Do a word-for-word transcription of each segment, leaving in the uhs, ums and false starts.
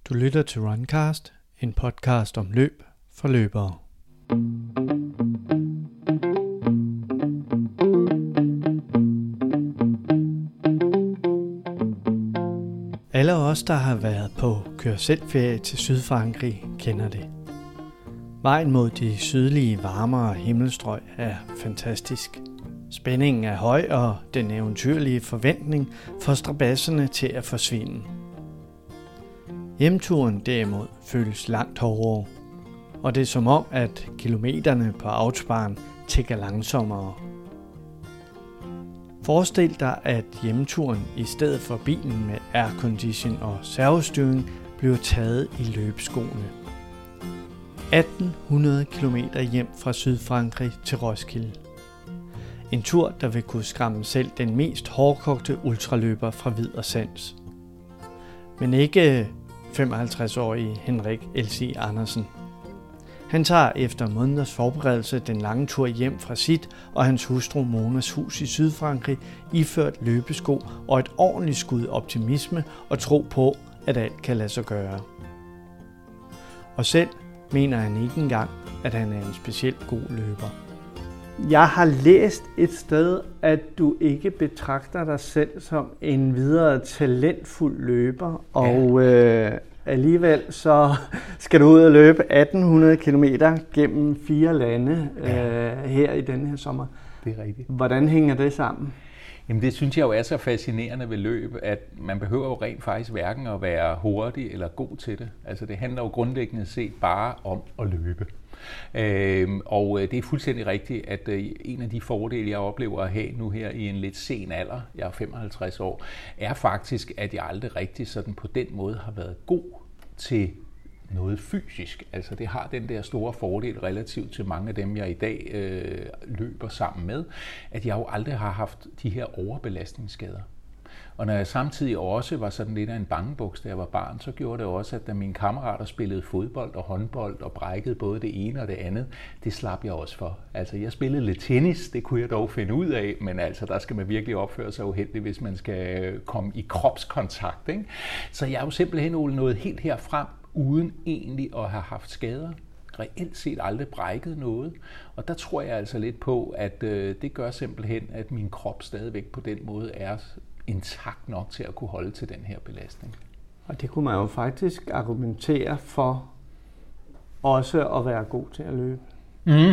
Du lytter til Runcast, en podcast om løb for løbere. Alle os, der har været på kør-selv-ferie til Sydfrankrig, kender det. Vejen mod de sydlige, varmere himmelstrøg er fantastisk. Spændingen er høj, og den eventyrlige forventning får strabadserne til at forsvinde. Hjemturen derimod føles langt hårdere, og det er som om, at kilometerne på autobahn tikker langsommere. Forestil dig, at hjemturen i stedet for bilen med aircondition og servostyring bliver taget i løbeskoene. atten hundrede kilometer hjem fra Sydfrankrig til Roskilde. En tur, der vil kunne skræmme selv den mest hårdkogte ultraløber fra vid og sans. Men ikke femoghalvtreds-årige Henrik L C Andersen. Han tager efter måneders forberedelse den lange tur hjem fra sit og hans hustru Monas hus i Sydfrankrig, iført løbesko og et ordentligt skud optimisme og tro på, at alt kan lade sig gøre. Og selv mener han ikke engang, at han er en specielt god løber. Jeg har læst et sted, at du ikke betragter dig selv som en videre talentfuld løber, og øh, alligevel så skal du ud og løbe atten hundrede kilometer gennem fire lande øh, her i denne her sommer. Det er rigtigt. Hvordan hænger det sammen? Jamen det synes jeg jo er så fascinerende ved løb, at man behøver jo rent faktisk hverken at være hurtig eller god til det. Altså det handler jo grundlæggende set bare om at løbe. Øhm, og det er fuldstændig rigtigt, at øh, en af de fordele, jeg oplever at have nu her i en lidt sen alder, jeg er femoghalvtreds år, er faktisk, at jeg aldrig rigtig sådan på den måde har været god til noget fysisk. Altså det har den der store fordel relativt til mange af dem, jeg i dag øh, løber sammen med, at jeg jo aldrig har haft de her overbelastningsskader. Og når jeg samtidig også var sådan lidt af en bangebuks, da jeg var barn, så gjorde det også, at da mine kammerater spillede fodbold og håndbold og brækkede både det ene og det andet, det slap jeg også for. Altså jeg spillede lidt tennis, det kunne jeg dog finde ud af, men altså der skal man virkelig opføre sig uheldigt, hvis man skal komme i kropskontakt, ikke? Så jeg er jo simpelthen nået helt herfrem, uden egentlig at have haft skader. Reelt set aldrig brækket noget. Og der tror jeg altså lidt på, at øh, det gør simpelthen, at min krop stadigvæk på den måde er intakt nok til at kunne holde til den her belastning. Og det kunne man jo faktisk argumentere for også at være god til at løbe. Mm.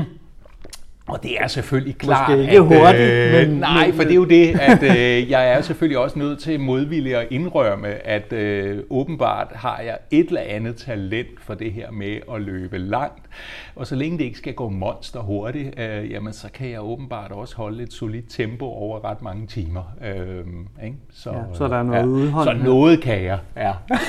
Og det er selvfølgelig klart, måske ikke hurtigt, at, øh, men... nej, for det er jo det, at øh, jeg er selvfølgelig også nødt til modvilligt at indrømme, at øh, åbenbart har jeg et eller andet talent for det her med at løbe langt. Og så længe det ikke skal gå monster hurtigt, øh, jamen så kan jeg åbenbart også holde et solidt tempo over ret mange timer. Øh, ikke? Så, ja, så der er noget ja, udhold. Så noget kan jeg, ja.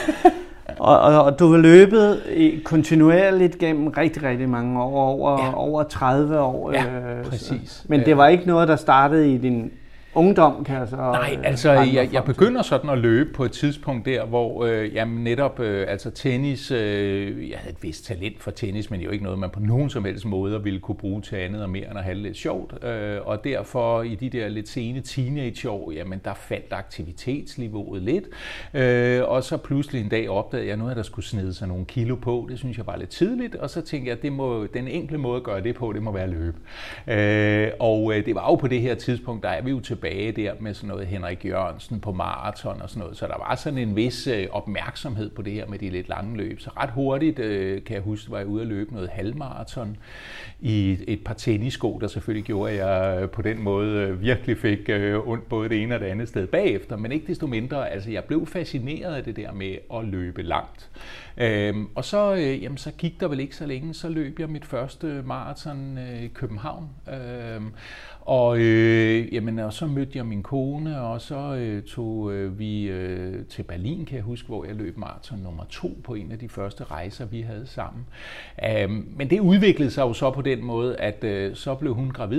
Og, og, og du har løbet kontinuerligt gennem rigtig, rigtig mange år, over, ja. over tredive år. Ja, præcis. Så. Men det var ikke noget, der startede i din ungdom, kan jeg så... Nej, altså jeg, jeg begynder sådan at løbe på et tidspunkt der, hvor øh, jamen, netop øh, altså tennis, øh, jeg havde et vist talent for tennis, men jo ikke noget, man på nogen som helst måde ville kunne bruge til andet og mere end at have det lidt sjovt. Øh, og derfor i de der lidt sene teenageår, jamen der faldt aktivitetsniveauet lidt. Øh, og så pludselig en dag opdagede jeg noget, at der skulle snede sig nogle kilo på. Det synes jeg var lidt tidligt, og så tænkte jeg, at det må, den enkle måde at gøre det på, det må være at løbe. Øh, og øh, det var jo på det her tidspunkt, der er vi jo tilbage der med sådan noget Henrik Jørgensen på maraton og sådan noget. Så der var sådan en vis øh, opmærksomhed på det her med de lidt lange løb. Så ret hurtigt, øh, kan jeg huske, var jeg ude at løbe noget halvmaraton i et par tennissko, der selvfølgelig gjorde, at jeg på den måde øh, virkelig fik øh, ondt både det ene og det andet sted bagefter. Men ikke desto mindre, altså jeg blev fascineret af det der med at løbe langt. Øhm, og så, øh, jamen, så gik der vel ikke så længe, så løb jeg mit første maraton øh, i København. Øhm, og, øh, jamen, og så mødte jeg min kone, og så øh, tog øh, vi øh, til Berlin, kan jeg huske, hvor jeg løb maraton nummer to på en af de første rejser, vi havde sammen. Øhm, men det udviklede sig jo så på den måde, at øh, så blev hun gravid.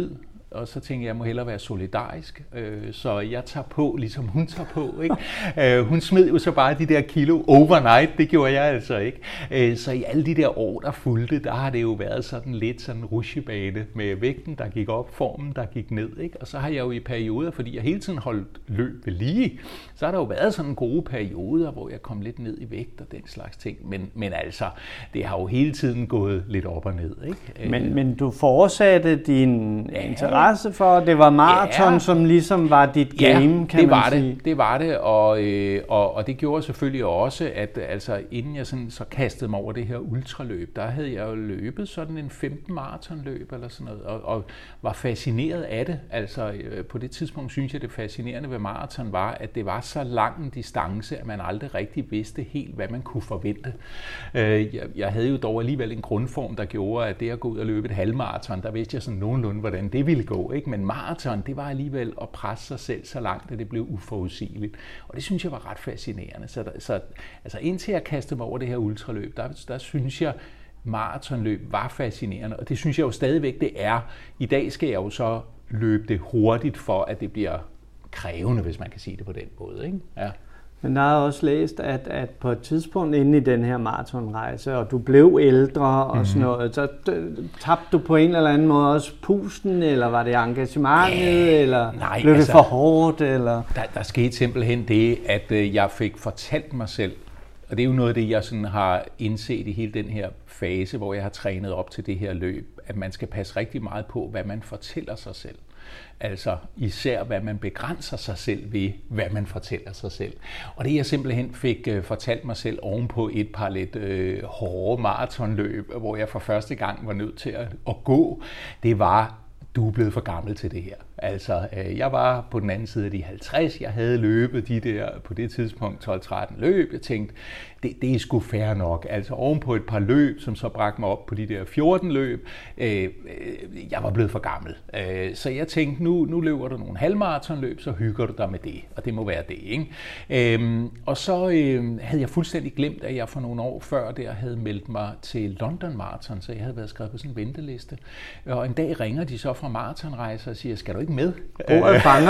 og så tænkte jeg, at jeg må hellere være solidarisk, øh, så jeg tager på, ligesom hun tager på, ikke? øh, hun smed jo så bare de der kilo overnight, det gjorde jeg altså ikke. Øh, så i alle de der år, der fulgte, der har det jo været sådan lidt sådan en rutsjebane med vægten, der gik op, formen, der gik ned, ikke? Og så har jeg jo i perioder, fordi jeg hele tiden holdt løb ved lige, så har der jo været sådan gode perioder, hvor jeg kom lidt ned i vægt og den slags ting, men, men altså, det har jo hele tiden gået lidt op og ned, ikke? Men, men du fortsatte din ja, interesse for, det var maraton, ja, som ligesom var dit game, ja, kan det man var sige. Det, det var det, og, øh, og, og det gjorde selvfølgelig også, at altså, inden jeg sådan, så kastede mig over det her ultraløb, der havde jeg jo løbet sådan en femten maratonløb eller sådan noget, og, og var fascineret af det. Altså øh, på det tidspunkt synes jeg, det fascinerende ved maraton var, at det var så lang en distance, at man aldrig rigtig vidste helt, hvad man kunne forvente. Øh, jeg, jeg havde jo dog alligevel en grundform, der gjorde, at det at gå ud og løbe et halvmaraton, der vidste jeg sådan nogenlunde, hvordan det ville gå, ikke? Men maraton, det var alligevel at presse sig selv så langt, at det blev uforudsigeligt. Og det synes jeg var ret fascinerende. Så, der, så altså, indtil jeg kastede mig over det her ultraløb, der, der synes jeg, maratonløb var fascinerende, og det synes jeg jo stadigvæk, det er. I dag skal jeg jo så løbe det hurtigt, for at det bliver krævende, hvis man kan sige det på den måde, ikke? Ja. Men der har jeg også læst, at, at på et tidspunkt inde i den her maratonrejse, og du blev ældre og mm-hmm. sådan noget, så tabte du på en eller anden måde også pusten, eller var det engagementet, ja, eller nej, blev altså, det for hårdt? Eller? Der, der skete simpelthen det, at øh, jeg fik fortalt mig selv, og det er jo noget af det, jeg sådan har indset i hele den her fase, hvor jeg har trænet op til det her løb, at man skal passe rigtig meget på, hvad man fortæller sig selv. Altså især, hvad man begrænser sig selv ved, hvad man fortæller sig selv. Og det jeg simpelthen fik øh, fortalt mig selv ovenpå et par lidt øh, hårde maratonløb, hvor jeg for første gang var nødt til at, at gå, det var, du er blevet for gammel til det her. Altså, øh, jeg var på den anden side af de halvtreds, jeg havde løbet de der, på det tidspunkt tolv tretten løb. Jeg tænkte, det, det er sgu fair nok. Altså ovenpå et par løb, som så bragte mig op på de der fjorten løb, øh, øh, jeg var blevet for gammel. Øh, så jeg tænkte, nu, nu løber du nogle halvmaratonløb, så hygger du dig med det, og det må være det, ikke? Øh, og så øh, havde jeg fuldstændig glemt, at jeg for nogle år før der havde meldt mig til London Marathon, så jeg havde været skrevet på sådan en venteliste. Og en dag ringer de så fra maratonrejser og siger, skal du ikke med? Gode fanger.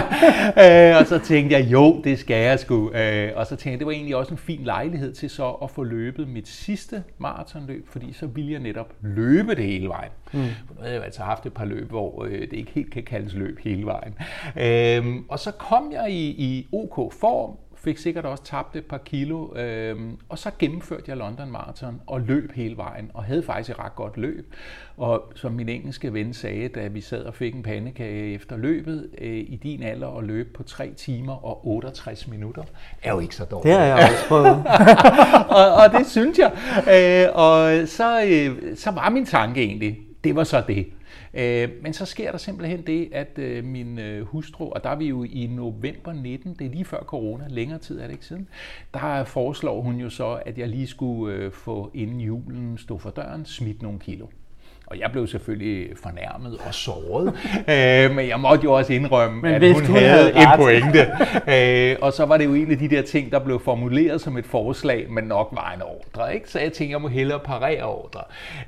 Ja, øh, og så tænkte jeg, jo, det skal jeg sgu. Øh, og så tænkte jeg, det var egentlig også en fin lejlighed til så at få løbet mit sidste maratonløb, fordi så ville jeg netop løbe det hele vejen. Mm. For nu havde jeg altså haft et par løb, hvor øh, det ikke helt kan kaldes løb hele vejen. Øh, og så kom jeg i, i OK form, fik sikkert også tabt et par kilo, øh, og så gennemførte jeg London Marathon og løb hele vejen, og havde faktisk et ret godt løb. Og som min engelske ven sagde, da vi sad og fik en pandekage efter løbet, øh, i din alder at løbe på tre timer og otteogtres minutter, er jo ikke så dårligt. Det har jeg også prøvet. og, og det synes jeg. Øh, og så, øh, så var min tanke egentlig, det var så det. Men så sker der simpelthen det, at min hustru, og der er vi jo i november nitten, det er lige før corona, længere tid er det ikke siden, der foreslår hun jo så, at jeg lige skulle få inden julen stå for døren, smidt nogle kilo. Og jeg blev selvfølgelig fornærmet og såret, øh, men jeg måtte jo også indrømme, men at hun havde, havde en pointe. øh, og så var det jo en af de der ting, der blev formuleret som et forslag, men nok var en ordre, ikke? Så jeg tænkte, jeg må hellere parere ordre.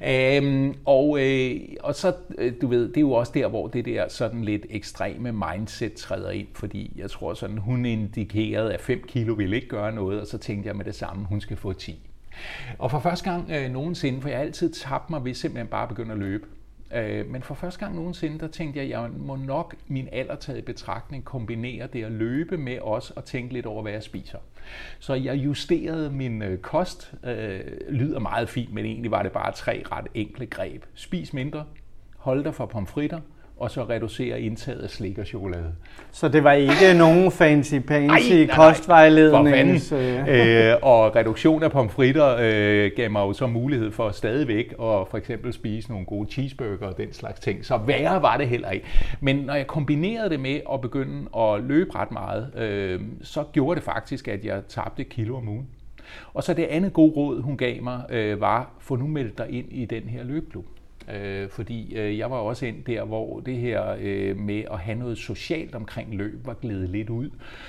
Øh, og, øh, og så, du ved, det er jo også der, hvor det der sådan lidt ekstreme mindset træder ind, fordi jeg tror sådan, hun indikerede, at fem kilo ville ikke gøre noget, og så tænkte jeg med det samme, hun skal få ti. Og for første gang øh, nogensinde, for jeg har altid tabt mig ved simpelthen bare at begynde at løbe. Øh, men for første gang nogensinde, der tænkte jeg, at jeg må nok min alder taget i betragtning kombinere det at løbe med også at tænke lidt over, hvad jeg spiser. Så jeg justerede min øh, kost. Øh, lyder meget fint, men egentlig var det bare tre ret enkle greb. Spis mindre, hold dig for pomfritter, og så reducere indtaget af slik og chokolade. Så det var ikke nogen fancy-pansy kostvejledning? øh, og reduktion af pomfritter øh, gav mig jo så mulighed for stadigvæk at for eksempel spise nogle gode cheeseburger og den slags ting. Så værre var det heller ikke. Men når jeg kombinerede det med at begynde at løbe ret meget, øh, så gjorde det faktisk, at jeg tabte et kilo om ugen. Og så det andet gode råd, hun gav mig, øh, var, få nu meldt dig ind i den her løbeklub. Øh, fordi øh, jeg var også ind der, hvor det her øh, med at have noget socialt omkring løb var glædet lidt ud.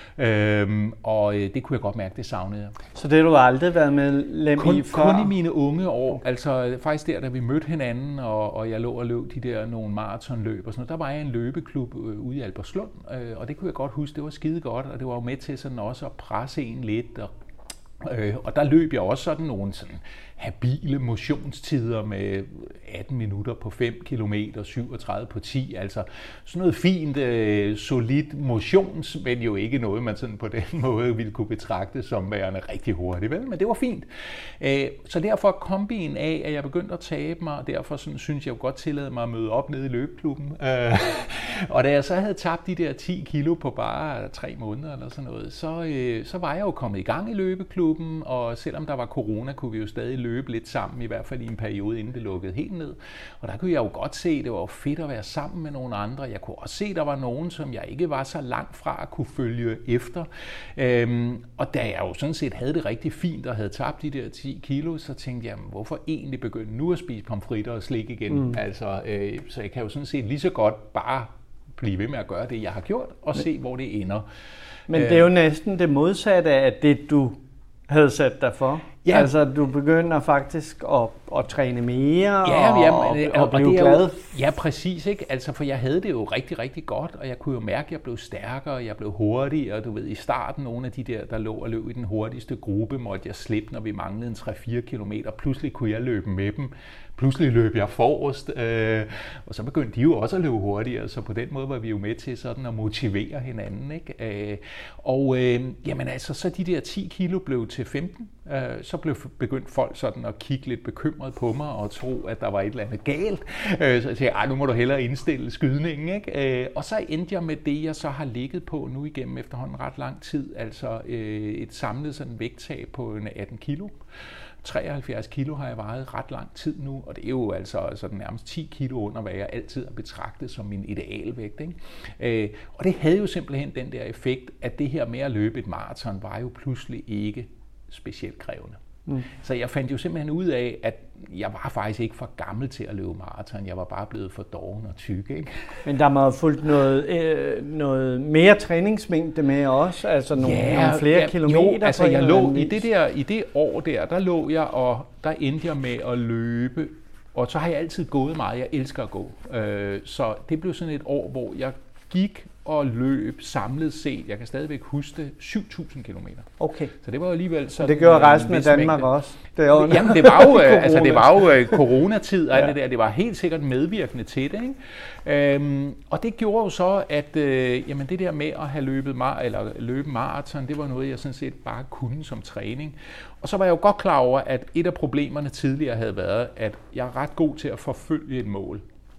Øh, og øh, det kunne jeg godt mærke, det savnede jeg. Så det har du aldrig været medlem kun, i før? Kun i mine unge år. Altså faktisk der, da vi mødte hinanden, og, og jeg lå og løb de der nogle maratonløb og sådan noget, der var jeg i en løbeklub øh, ude i Albertslund, øh, og det kunne jeg godt huske, det var skide godt, og det var jo med til sådan også at presse en lidt, og Øh, og der løb jeg også sådan nogle sådan habile motionstider med atten minutter på fem kilometer, syvogtredive på ti, altså sådan noget fint, øh, solidt motions, men jo ikke noget, man sådan på den måde ville kunne betragte som værende rigtig hurtigt, vel? Men det var fint. Øh, så derfor kombinen af, at jeg begyndte at tabe mig, og derfor sådan, synes jeg jo godt tillade mig at møde op nede i løbeklubben. Øh, og da jeg så havde tabt de der ti kilo på bare tre måneder eller sådan noget, så, øh, så var jeg jo kommet i gang i løbeklubben, og selvom der var corona, kunne vi jo stadig løbe lidt sammen, i hvert fald i en periode, inden det lukkede helt ned. Og der kunne jeg jo godt se, at det var jo fedt at være sammen med nogle andre. Jeg kunne også se, at der var nogen, som jeg ikke var så langt fra at kunne følge efter. Øhm, og da jeg jo sådan set havde det rigtig fint og havde tabt de der ti kilo, så tænkte jeg, hvorfor egentlig begynde nu at spise pomfritter og slik igen? Mm. Altså, øh, så jeg kan jo sådan set lige så godt bare blive ved med at gøre det, jeg har gjort, og se, hvor det ender. Men det er jo næsten det modsatte af det, du havde sat dig for. Ja. Altså, du begynder faktisk at, at træne mere ja, og, ja, og, og, og blive og glad. Jo, ja, præcis. Ikke? Altså, for jeg havde det jo rigtig, rigtig godt, og jeg kunne jo mærke, at jeg blev stærkere, jeg blev hurtigere. Du ved, i starten, nogle af de der, der lå og løb i den hurtigste gruppe, måtte jeg slippe, når vi manglede en tre fire kilometer. Pludselig kunne jeg løbe med dem. Pludselig løb jeg forrest, øh, og så begyndte de jo også at løbe hurtigere, så på den måde var vi jo med til sådan at motivere hinanden. Ikke? Øh, og øh, jamen altså, så de der ti kilo blev til femten, øh, så blev begyndt folk sådan at kigge lidt bekymret på mig og tro, at der var et eller andet galt. Øh, så jeg tænkte, ej, nu må du hellere indstille skydningen. Ikke? Øh, og så endte jeg med det, jeg så har ligget på nu igennem efterhånden ret lang tid, altså øh, et samlet sådan vægttab på en atten kilo. treoghalvfjerds kilo har jeg vejet ret lang tid nu, og det er jo altså, altså nærmest ti kilo under, hvad jeg altid har betragtet som min idealvægt. Ikke? Øh, og det havde jo simpelthen den der effekt, at det her med at løbe et maraton var jo pludselig ikke specielt krævende. Mm. Så jeg fandt jo simpelthen ud af, at jeg var faktisk ikke for gammel til at løbe maraton. Jeg var bare blevet for doven og tyk. Ikke? Men der må have fulgt noget, øh, noget mere træningsmængde med også? Altså nogle, ja, nogle flere ja, kilometer? Jo, altså jeg lå i det, der, i det år der, der lå jeg, og der endte jeg med at løbe. Og så har jeg altid gået meget. Jeg elsker at gå. Øh, så det blev sådan et år, hvor jeg gik og løb samlet set, jeg kan stadigvæk huske det, syv tusind kilometer. Okay. Så det var alligevel sådan. Det gjorde resten af Danmark mængde. Også. Det var Jamen det var jo, altså det var jo coronatid og alt ja. det der, det var helt sikkert medvirkende til det, ikke? Øhm, og det gjorde jo så, at øh, jamen det der med at have løbet mar- eller løbe maraton, det var noget, jeg sådan set bare kunne som træning. Og så var jeg jo godt klar over, at et af problemerne tidligere havde været, at jeg er ret god til at forfølge et mål.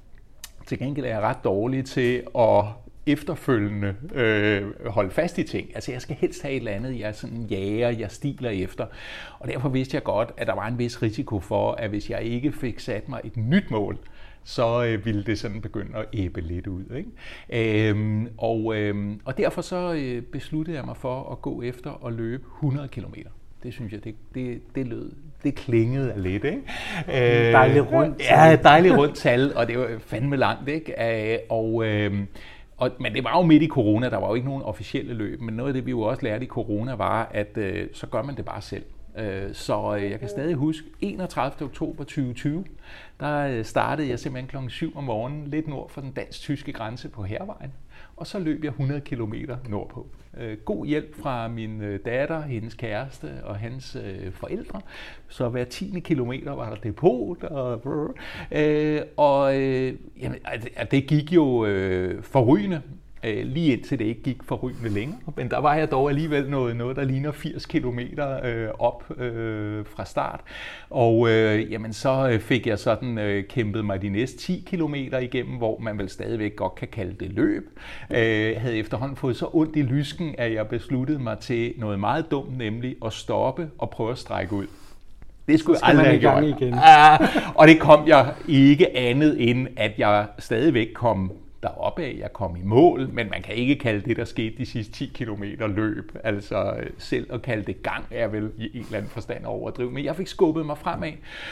Til gengæld er jeg ret dårlig til at efterfølgende øh, holde fast i ting. Altså jeg skal helst have et eller andet, jeg sådan jager, jeg stiler efter. Og derfor vidste jeg godt, at der var en vis risiko for, at hvis jeg ikke fik sat mig et nyt mål, så øh, ville det sådan begynde at æbbe lidt ud. Ikke? Øhm, og, øhm, og derfor så øh, besluttede jeg mig for at gå efter at løbe hundrede kilometer. Det synes jeg, det, det, det lød, det klingede lidt, ikke? Øh, dejligt rundt tal. Ja, dejligt rundt tal, og det var fandme langt, ikke? Øh, og, øh, og, men det var jo midt i corona, der var jo ikke nogen officielle løb, men noget af det, vi jo også lærte i corona, var, at øh, så gør man det bare selv. Øh, så øh, jeg kan stadig huske, enogtredivte oktober tyve tyve, der startede jeg simpelthen klokken syv om morgenen, lidt nord for den dansk-tyske grænse på Hærvejen. Og så løb jeg hundrede kilometer nordpå. Øh, god hjælp fra min øh, datter, hendes kæreste og hans øh, forældre. Så hver tiende kilometer var der depot. Og, øh, og øh, jamen, det gik jo øh, forrygende. Lige indtil det ikke gik forrygende længere. Men der var jeg dog alligevel noget, noget der ligner firs kilometer øh, op øh, fra start. Og øh, jamen, så fik jeg sådan øh, kæmpet mig de næste ti kilometer igennem, hvor man vel stadigvæk godt kan kalde det løb. Jeg øh, havde efterhånden fået så ondt i lysken, at jeg besluttede mig til noget meget dumt, nemlig at stoppe og prøve at strække ud. Det skulle jeg aldrig have gjort. Igen. Ah, og det kom jeg ikke andet end, at jeg stadigvæk kom deroppe af, jeg kom i mål, men man kan ikke kalde det, der skete de sidste ti kilometer løb. Altså selv at kalde det gang er vel i en eller anden forstand overdrive, men jeg fik skubbet mig fremad,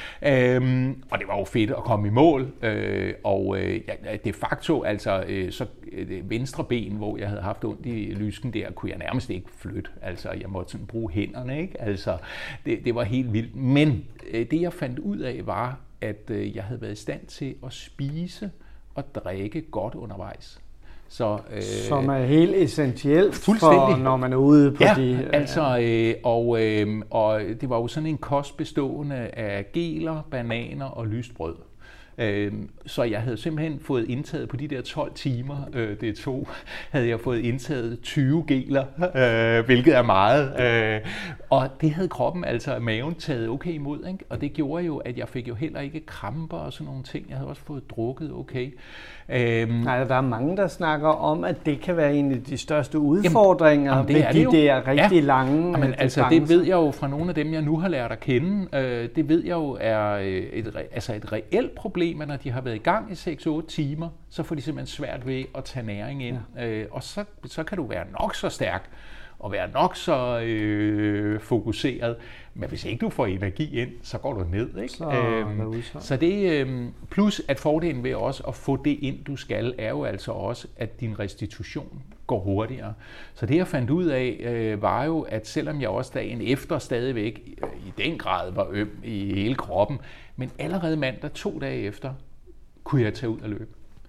øhm, og det var jo fedt at komme i mål, øh, og øh, de facto, altså øh, så øh, venstre ben, hvor jeg havde haft ondt i lysken der, kunne jeg nærmest ikke flytte, altså jeg måtte sådan bruge hænderne, ikke? Altså det, det var helt vildt, men øh, det jeg fandt ud af var, at øh, jeg havde været i stand til at spise og drikke godt undervejs. Så, øh, Som er helt essentielt for, når man er ude på ja, de... Øh, altså, øh, og, øh, og det var jo sådan en kost bestående af geler, bananer og lyst brød. Øh, så jeg havde simpelthen fået indtaget på de der tolv timer, øh, det tog, havde jeg fået indtaget tyve geler, øh, hvilket er meget. Øh, og det havde kroppen, altså maven, taget okay imod, ikke? Og det gjorde jo, at jeg fik jo heller ikke kramper og sådan nogle ting. Jeg havde også fået drukket okay. Øhm, Nej, der er mange, der snakker om, at det kan være en af de største udfordringer jamen, ved de der rigtig ja. lange jamen, altså, det ved jeg jo fra nogle af dem, jeg nu har lært at kende. Øh, det ved jeg jo er et, altså et reelt problem, at når de har været i gang i seks otte timer, så får de simpelthen svært ved at tage næring ind. Ja. Øh, og så, så kan du være nok så stærk og være nok så øh, fokuseret, men hvis ikke du får energi ind, så går du ned, ikke? Så, øhm, så det øh, plus at fordelen ved også at få det ind, du skal, er jo altså også, at din restitution går hurtigere. Så det jeg fandt ud af, øh, var jo, at selvom jeg også dagen efter stadigvæk øh, i den grad var øm i hele kroppen, men allerede mandag to dage efter, kunne jeg tage ud og løbe.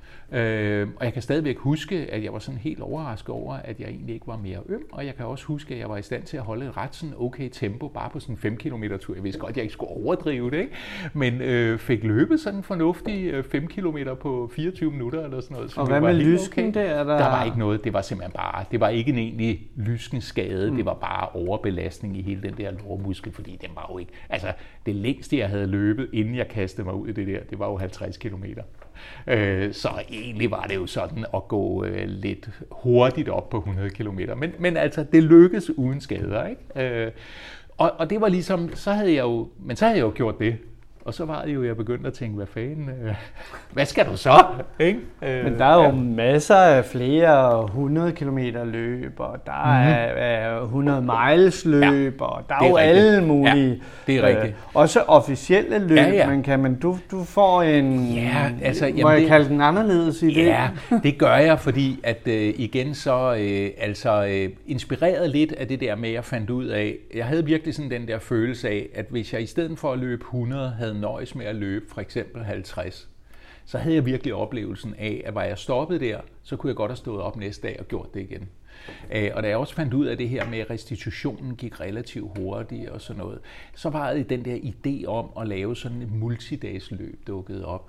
Øh, og jeg kan stadigvæk huske, at jeg var sådan helt overrasket over, at jeg egentlig ikke var mere øm, og jeg kan også huske, at jeg var i stand til at holde et ret sådan okay tempo, bare på sådan en fem kilometer tur. Jeg vidste godt, at jeg ikke skulle overdrive det, ikke? Men øh, fik løbet sådan en fornuftig fem kilometer på fireogtyve minutter eller sådan noget. Og hvad med lysken okay. der? Der var ikke noget, det var simpelthen bare, det var ikke en egentlig lyskenskade, mm. det var bare overbelastning i hele den der lårmuskel, fordi den var jo ikke, altså det længste jeg havde løbet, inden jeg kastede mig ud i det der, det var jo halvtreds kilometer. Øh, så egentlig var det jo sådan at gå øh, lidt hurtigt op på hundrede kilometer, men, men altså det lykkedes uden skader, ikke? Øh, og, og det var ligesom, så havde jeg jo, men så havde jeg jo gjort det. Og så var det jo, jeg begyndte at tænke, hvad fanden, øh, hvad skal du så? Ikke? Øh, Men der er jo ja. masser af flere hundrede kilometer løb, og der mm-hmm. er, er hundrede miles løb, ja, og der er, er jo rigtigt. alle mulige. Ja, det er rigtigt. Øh, også officielle løb, ja, ja. man kan, men du, du får en, ja, altså, må jamen, jeg det, kalde den anderledes i det? Ja, det gør jeg, fordi at øh, igen så, øh, altså øh, inspireret lidt af det der med, jeg fandt ud af, jeg havde virkelig sådan den der følelse af, at hvis jeg i stedet for at løbe hundrede, havde nøjes med at løbe for eksempel halvtreds, så havde jeg virkelig oplevelsen af, at var jeg stoppet der, så kunne jeg godt have stået op næste dag og gjort det igen. Og da jeg også fandt ud af det her med, at restitutionen gik relativt hurtigt og sådan noget, så var det den der idé om at lave sådan et multidagsløb dukket op.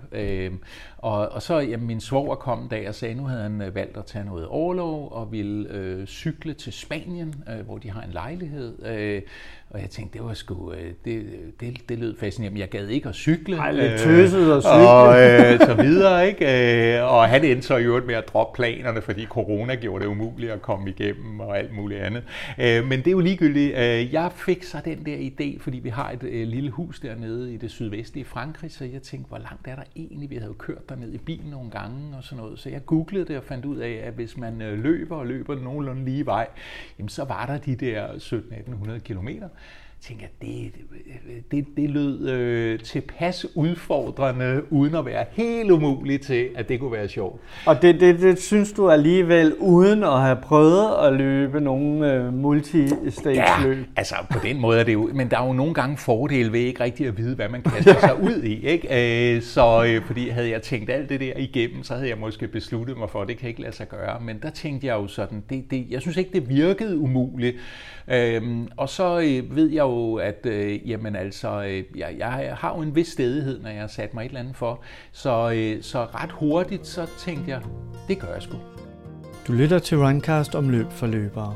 Og, og så jamen, min svoger kom en dag og sagde, nu havde han valgt at tage noget orlov og ville øh, cykle til Spanien, øh, hvor de har en lejlighed. Øh, og jeg tænkte, det var sgu, øh, det, det, det lød fascinerende. Jeg gad ikke at cykle. Ej, lidt tøset at cykle. Og øh, så videre, ikke? Øh, og han endte så i øvrigt med at droppe planerne, fordi corona gjorde det umuligt at komme igennem og alt muligt andet. Øh, men det er jo ligegyldigt. Øh, jeg fik så den der idé, fordi vi har et øh, lille hus dernede i det sydvestlige Frankrig, så jeg tænkte, hvor langt er der egentlig? Vi havde jo kørt derned i bilen nogle gange og sådan noget. Så jeg googlede det og fandt ud af, at hvis man øh, løber og løber nogenlunde lige vej, jamen så var der de der sytten atten hundrede kilometer. Jeg tænker, det, det, det lød øh, tilpas udfordrende, uden at være helt umuligt til, at det kunne være sjovt. Og det, det, det synes du alligevel, uden at have prøvet at løbe nogle øh, multistage-løb? Ja, altså på den måde er det jo, men der er jo nogle gange fordele ved ikke rigtig at vide, hvad man kaster sig ud i, ikke? Øh, så øh, fordi havde jeg tænkt alt det der igennem, så havde jeg måske besluttet mig for, at det kan ikke lade sig gøre. Men der tænkte jeg jo sådan, det, det, jeg synes ikke, det virkede umuligt. Øhm, og så øh, ved jeg jo, at øh, jamen, altså, øh, jeg, jeg har jo en vis stædighed, når jeg har sat mig et eller andet for. Så, øh, så ret hurtigt, så tænkte jeg, det gør jeg sgu. Du lytter til Runcast om løb for løbere.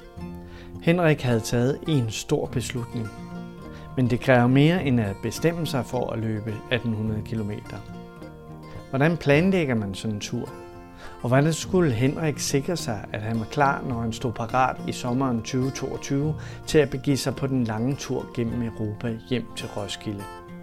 Henrik havde taget en stor beslutning, men det kræver mere end at bestemme sig for at løbe atten hundrede kilometer. Hvordan planlægger man sådan en tur? Og hvordan skulle Henrik sikre sig, at han var klar, når han stod parat i sommeren tyve toogtyve til at begive sig på den lange tur gennem Europa hjem til Roskilde?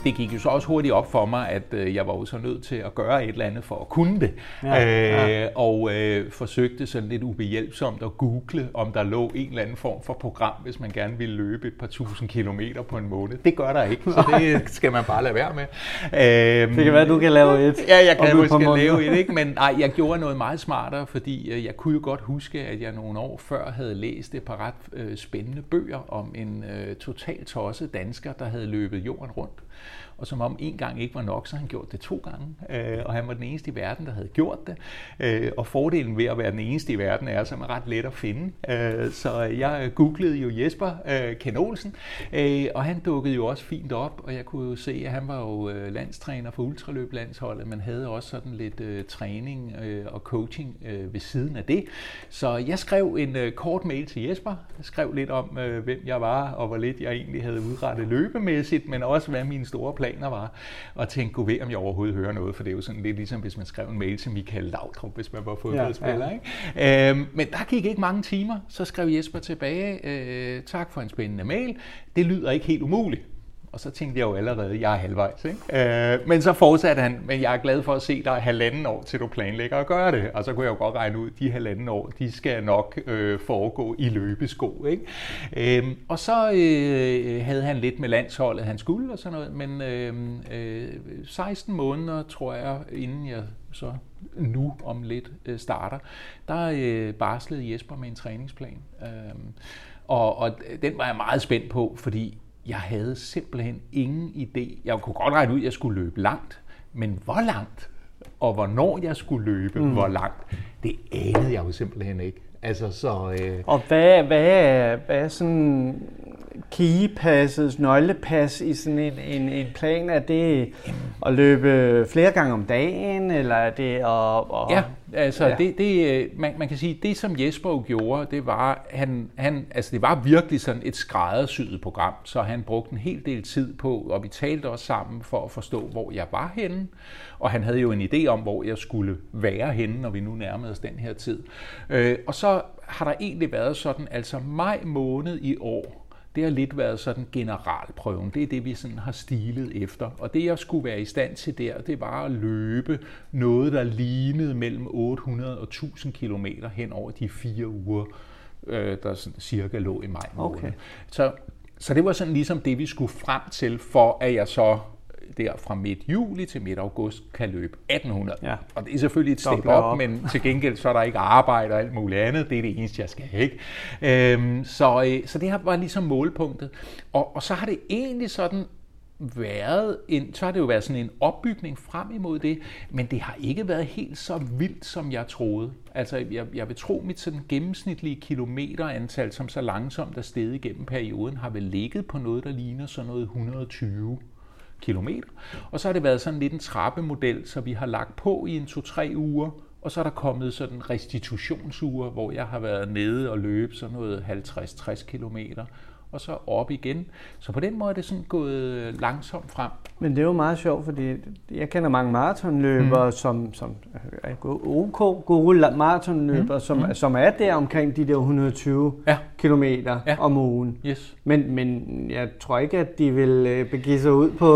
det gik jo så også hurtigt op for mig, at øh, jeg var jo så nødt til at gøre et eller andet for at kunne det. Ja, ja. Øh, og øh, forsøgte sådan lidt ubehjælpsomt at google, om der lå en eller anden form for program, hvis man gerne ville løbe et par tusind kilometer på en måned. Det gør der ikke, så det skal man bare lade være med. Øh, det kan være, at du kan lave et. Ja, jeg kan måske lave et, ikke? Men nej, jeg gjorde noget meget smartere, fordi jeg kunne jo godt huske, at jeg nogle år før havde læst et par ret øh, spændende bøger om en øh, totalt tosset dansker, der havde løbet jorden rundt. Og som om en gang ikke var nok, så han gjort det to gange. Øh, og han var den eneste i verden, der havde gjort det. Øh, og fordelen ved at være den eneste i verden er, som er ret let at finde. Øh, så jeg googlede jo Jesper øh, Ken Olsen, øh, og han dukkede jo også fint op. Og jeg kunne jo se, at han var jo øh, landstræner for ultraløblandsholdet, men havde også sådan lidt øh, træning øh, og coaching øh, ved siden af det. Så jeg skrev en øh, kort mail til Jesper. Jeg skrev lidt om, øh, hvem jeg var, og hvor lidt jeg egentlig havde udrettet løbemæssigt, men også hvad mine store planer var, og tænkte, gå ved, om jeg overhovedet hører noget, for det er jo sådan lidt ligesom, hvis man skrev en mail til Michael Laudrup, hvis man var fodboldspiller. Ja, ja. Ikke? Øhm, men der gik ikke mange timer, så skrev Jesper tilbage, øh, tak for en spændende mail, det lyder ikke helt umuligt. Og så tænkte jeg jo allerede, jeg er halvvejs. Ikke? Øh, men så fortsatte han, men jeg er glad for at se dig halvanden år, til du planlægger at gøre det. Og så kunne jeg jo godt regne ud, de halvanden år, de skal nok øh, foregå i løbesko. Ikke? Øh, og så øh, havde han lidt med landsholdet, han skulle og sådan noget, men øh, øh, seksten måneder, tror jeg, inden jeg så nu om lidt øh, starter, der øh, barslede Jesper med en træningsplan. Øh, og, og den var jeg meget spændt på, fordi jeg havde simpelthen ingen idé. Jeg kunne godt regne ud, at jeg skulle løbe langt, men hvor langt, og hvornår jeg skulle løbe, mm. hvor langt, det anede jeg jo simpelthen ikke. Altså, så, øh... Og hvad, hvad, er, hvad er sådan keypasset, nøglepas i sådan en, en, en plan? Er det at løbe flere gange om dagen, eller er det at... at ja, altså ja. Det, det, man, man kan sige, det som Jesper jo gjorde, det var, han, han, altså det var virkelig sådan et skræddersyet program, så han brugte en hel del tid på, og vi talte også sammen for at forstå, hvor jeg var henne, og han havde jo en idé om, hvor jeg skulle være henne, når vi nu nærmede os den her tid. Øh, og så har der egentlig været sådan, altså maj måned i år, det har lidt været sådan generalprøven. Det er det, vi sådan har stilet efter. Og det, jeg skulle være i stand til der, det var at løbe noget, der lignede mellem otte hundrede og tusind kilometer hen over de fire uger, øh, der sådan cirka lå i maj måned. Okay. Så, så det var sådan ligesom det, vi skulle frem til, for at jeg så der fra midt juli til midt august kan løbe atten hundrede. Ja. Og det er selvfølgelig et step op, op, men til gengæld så er der ikke arbejde og alt muligt andet. Det er det eneste, jeg skal have. Ikke? Øhm, så, så det her var ligesom målpunktet. Og, og så har det egentlig sådan været en, så har det jo været sådan en opbygning frem imod det, men det har ikke været helt så vildt, som jeg troede. Altså, jeg, jeg vil tro, mit sådan gennemsnitlige kilometerantal, som så langsomt er steget igennem perioden, har vel ligget på noget, der ligner sådan noget et hundrede og tyve kilometer. Og så har det været sådan lidt en trappemodel, så vi har lagt på i en to-tre uger, og så er der kommet sådan restitutionsuger, hvor jeg har været nede og løbe sådan noget halvtreds til tres kilometer, og så op igen. Så på den måde er det sådan gået langsomt frem. Men det er jo meget sjovt, fordi jeg kender mange maratonløbere, mm. som, som er OK gode maratonløbere, mm. som, mm. som er der omkring de der et hundrede og tyve ja. kilometer ja. om ugen. Yes. Men, men jeg tror ikke, at de vil begive sig ud på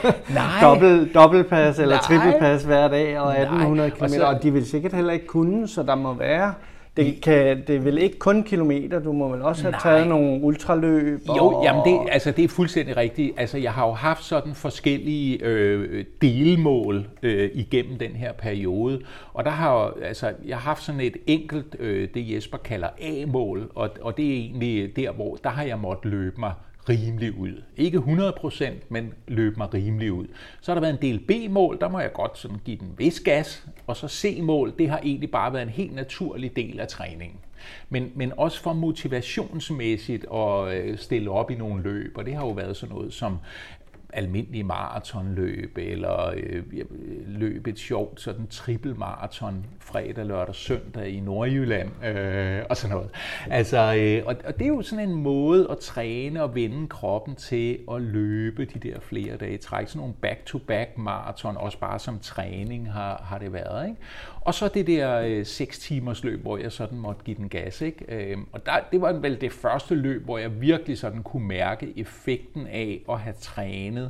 dobbelt, dobbeltpas eller trippelpas hver dag og atten hundrede kilometer, og, så, og de vil sikkert heller ikke kunne, så der må være... Det, kan, det er vel ikke kun kilometer, du må vel også have Nej. taget nogle ultraløb? Og... Jo, jamen det, altså det er fuldstændig rigtigt. Altså jeg har jo haft sådan forskellige øh, delmål øh, igennem den her periode, og der har jo, altså jeg har haft sådan et enkelt, øh, det Jesper kalder A-mål, og, og det er egentlig der, hvor der har jeg måttet løbe mig rimelig ud. Ikke hundrede procent, men løbe mig rimelig ud. Så har der været en del B-mål, der må jeg godt sådan give den vis gas, og så C-mål, det har egentlig bare været en helt naturlig del af træningen. Men, men også for motivationsmæssigt at stille op i nogle løb, og det har jo været sådan noget som almindelige maratonløb, eller øh, løb et sjovt sådan trippelmaraton fredag, lørdag, søndag i Nordjylland, øh, og sådan noget. Altså, øh, og, og det er jo sådan en måde at træne og vende kroppen til at løbe de der flere dage i træk. Sådan nogle back-to-back maraton, også bare som træning har, har det været. Ikke? Og så det der øh, seks timers løb, hvor jeg sådan måtte give den gas. Ikke? Øh, og der, det var vel det første løb, hvor jeg virkelig sådan kunne mærke effekten af at have trænet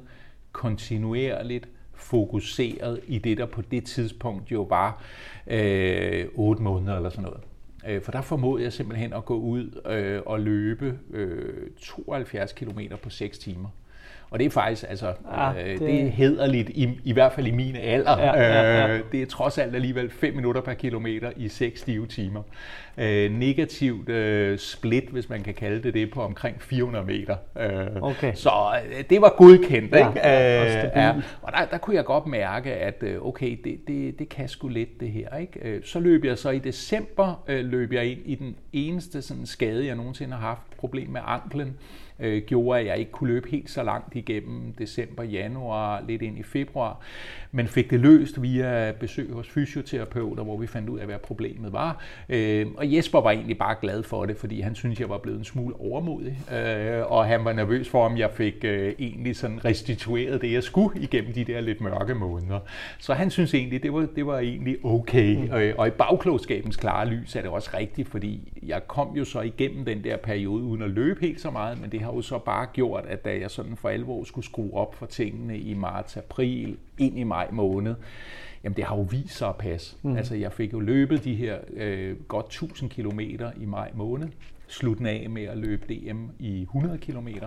kontinuerligt fokuseret i det, der på det tidspunkt jo var øh, otte måneder eller sådan noget. Øh, for der formåede jeg simpelthen at gå ud øh, og løbe øh, tooghalvfjerds kilometer på seks timer. Og det er faktisk, altså, ja, øh, det... det er hæderligt, i, i hvert fald i mine alder. Ja, ja, ja. Øh, det er trods alt alligevel fem minutter per kilometer i seks stive timer. Øh, negativt øh, split, hvis man kan kalde det det, på omkring fire hundrede meter. Øh, okay. Så øh, det var godkendt, ja, ikke? Ja, øh, ja. Og der, der kunne jeg godt mærke, at okay, det, det, det kan sgu lidt det her, ikke? Så løb jeg så i december, øh, løb jeg ind i den eneste sådan, skade, jeg nogensinde har haft, problem med anklen. Øh, gjorde, at jeg ikke kunne løbe helt så langt igennem december, januar, lidt ind i februar, men fik det løst via besøg hos fysioterapeuter, hvor vi fandt ud af, hvad problemet var. Øh, og Jesper var egentlig bare glad for det, fordi han syntes, jeg var blevet en smule overmodig, øh, og han var nervøs for, om jeg fik øh, egentlig sådan restitueret det, jeg skulle igennem de der lidt mørke måneder. Så han synes egentlig, det var, det var egentlig okay. Mm. Øh, og i bagklogskabens klare lys er det også rigtigt, fordi jeg kom jo så igennem den der periode uden at løbe helt så meget, men det har jo så bare gjort, at da jeg sådan for alvor skulle skrue op for tingene i marts, april, ind i maj måned, jamen det har jo vist sig at passe. Mm. Altså jeg fik jo løbet de her øh, godt tusind kilometer i maj måned, slutten af med at løbe D M i hundrede kilometer.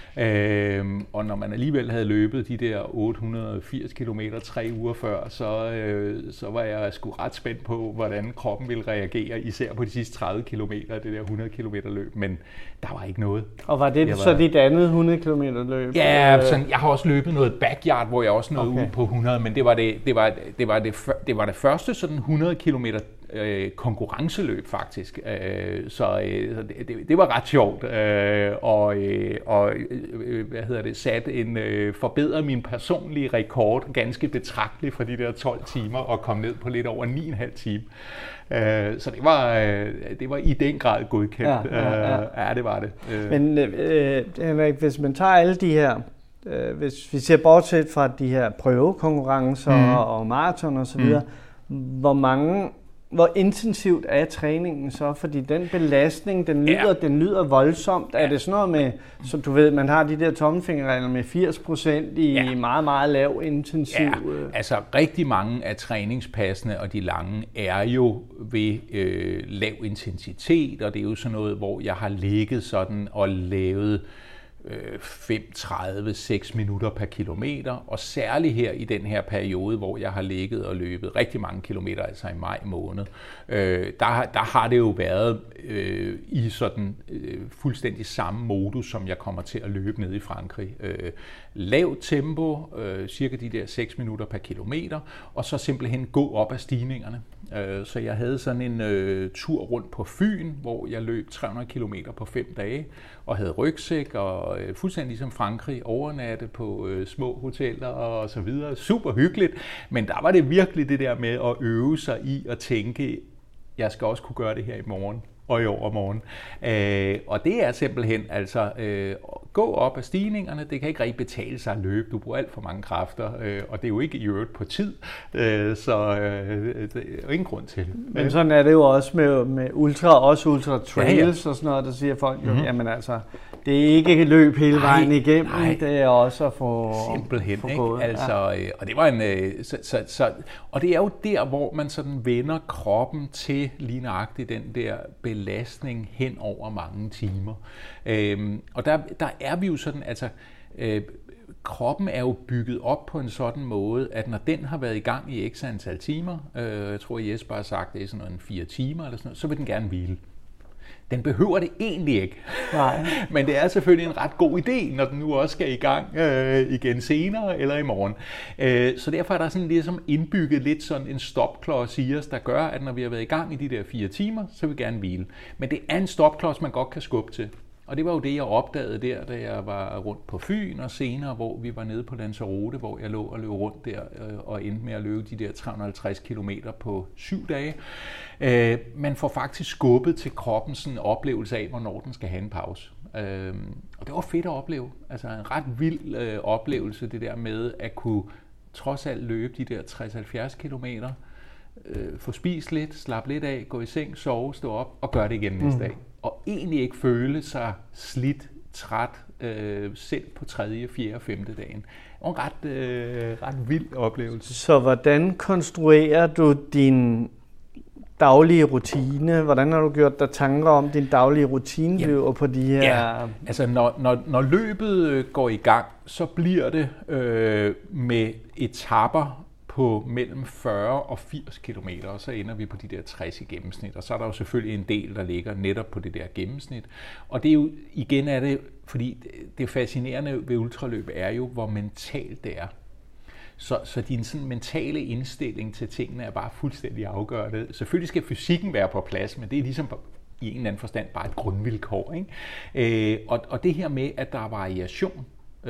Øhm, og når man alligevel havde løbet de der otte hundrede og firs kilometer tre uger før, så, øh, så var jeg sgu ret spændt på, hvordan kroppen ville reagere, især på de sidste tredive kilometer, det der hundrede kilometer løb, men der var ikke noget. Og var det var... så dit andet hundrede kilometer løb? Ja, sådan, jeg har også løbet noget backyard, hvor jeg også nåede okay. ud på hundrede, men det var det, det, var, det, var det, det, var det første sådan hundrede kilometer Øh, konkurrenceløb faktisk, øh, så øh, det, det, det var ret sjovt, øh, og, øh, og øh, hvad hedder det, sat en øh, forbedret min personlige rekord ganske betragteligt fra de der tolv timer og kom ned på lidt over ni komma fem time. Øh, så det var, øh, det var i den grad godkendt. Ja, ja, ja. Øh, ja det var det. Øh. Men øh, Henrik, hvis man tager alle de her, øh, hvis vi ser bortset fra de her prøvekonkurrencer mm. og maraton og så videre, mm. hvor mange Hvor intensivt er træningen så? Fordi den belastning, den lyder, ja. den lyder voldsomt. Er det sådan noget med, så du ved, man har de der tommelfingerregler med firs procent i ja. meget, meget lav intensiv? Ja, altså rigtig mange af træningspassene og de lange er jo ved øh, lav intensitet, og det er jo sådan noget, hvor jeg har ligget sådan og lavet fem tredive seks minutter per kilometer, og særligt her i den her periode, hvor jeg har ligget og løbet rigtig mange kilometer, altså i maj måned, øh, der, der har det jo været øh, i sådan øh, fuldstændig samme modus, som jeg kommer til at løbe ned i Frankrig. Øh, lavt tempo, øh, cirka de der seks minutter per kilometer, og så simpelthen gå op ad stigningerne. Øh, så jeg havde sådan en øh, tur rundt på Fyn, hvor jeg løb tre hundrede kilometer på fem dage, og havde rygsæk og øh, fuldstændig ligesom Frankrig, overnatte på øh, små hoteller og så videre. Super hyggeligt, men der var det virkelig det der med at øve sig i at tænke, jeg skal også kunne gøre det her i morgen og i overmorgen. Øh, og det er simpelthen altså øh, gå op ad stigningerne. Det kan ikke rigtig betale sig at løbe. Du bruger alt for mange kræfter, øh, og det er jo ikke i øvrigt på tid, øh, så øh, det er jo ingen grund til det. Men sådan er det jo også med, med ultra, også ultra trails ja, ja. og sådan noget, der siger folk jo, mm-hmm. jamen altså, det er ikke løb hele vejen nej, igennem, nej. det er også at få simpelthen, få ikke? Altså, ja. og det var en, så, så, så, og det er jo der, hvor man sådan vender kroppen til lige nøjagtigt den der belastning hen over mange timer. Øhm, og der, der er vi jo sådan, altså øh, kroppen er jo bygget op på en sådan måde, at når den har været i gang i x antal timer, øh, jeg tror Jesper har sagt, det er sådan noget en fire timer eller sådan noget, så vil den gerne hvile. Den behøver det egentlig ikke. Nej. Men det er selvfølgelig en ret god idé, når den nu også skal i gang øh, igen senere eller i morgen. Øh, så derfor er der sådan ligesom indbygget lidt sådan en stopklods i os, der gør, at når vi har været i gang i de der fire timer, så vil vi gerne hvile. Men det er en stopklods, man godt kan skubbe til. Og det var jo det, jeg opdagede der, da jeg var rundt på Fyn, og senere, hvor vi var nede på Lanzarote, hvor jeg lå og løb rundt der, og endte med at løbe de der tre hundrede og halvtreds kilometer på syv dage. Øh, man får faktisk skubbet til kroppen sådan en oplevelse af, hvornår den skal have en pause. Øh, og det var fedt at opleve. Altså en ret vild øh, oplevelse, det der med at kunne trods alt løbe de der tres til halvfjerds kilometer, øh, få spist lidt, slappe lidt af, gå i seng, sove, stå op og gøre det igen næste mm. dag. Og egentlig ikke føle sig slidt træt, øh, selv på tredje, fjerde og femte dagen. Det var en ret, øh, ret vild oplevelse. Så hvordan konstruerer du din daglige rutine? Hvordan har du gjort dig tanker om din daglige rutine ja. på de her... Ja. Altså når, når, når løbet går i gang, så bliver det øh, med etaper på mellem fyrre og firs kilometer, og så ender vi på de der tres i gennemsnit. Og så er der jo selvfølgelig en del, der ligger netop på det der gennemsnit. Og det er jo, igen er det, fordi det fascinerende ved ultraløb er jo, hvor mentalt det er. Så, så din sådan mentale indstilling til tingene er bare fuldstændig afgørende. Selvfølgelig skal fysikken være på plads, men det er ligesom i en eller anden forstand bare et grundvilkår, ikke? Øh, og, og det her med, at der er variation.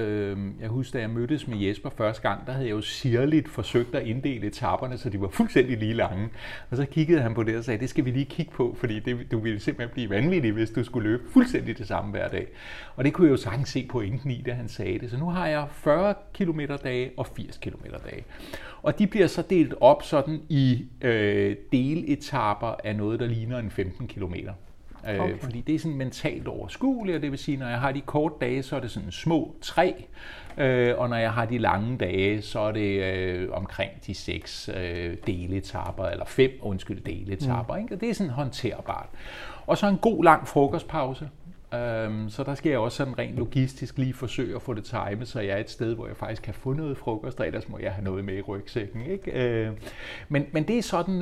Jeg husker, da jeg mødtes med Jesper første gang, der havde jeg jo sirligt forsøgt at inddele etaperne, så de var fuldstændig lige lange. Og så kiggede han på det og sagde, det skal vi lige kigge på, fordi det, du ville simpelthen blive vanvittig, hvis du skulle løbe fuldstændig det samme hver dag. Og det kunne jeg jo sagtens se pointen i, da han sagde det. Så nu har jeg fyrre kilometer dage og firs kilometer dage. Og de bliver så delt op sådan i øh, deletapper af noget, der ligner en femten kilometer. Okay. Fordi det er sådan mentalt overskueligt, og det vil sige, når jeg har de korte dage, så er det sådan små tre, øh, og når jeg har de lange dage, så er det øh, omkring de seks øh, deletapper, eller fem, undskyld, deletapper, mm. ikke? Og det er sådan håndterbart. Og så en god lang frokostpause. Um, så der skal jeg også sådan rent logistisk lige forsøge at få det timet, så jeg er et sted, hvor jeg faktisk kan få noget frokost, og ellers må jeg have noget med i rygsækken, ikke? Uh, men, men det er sådan,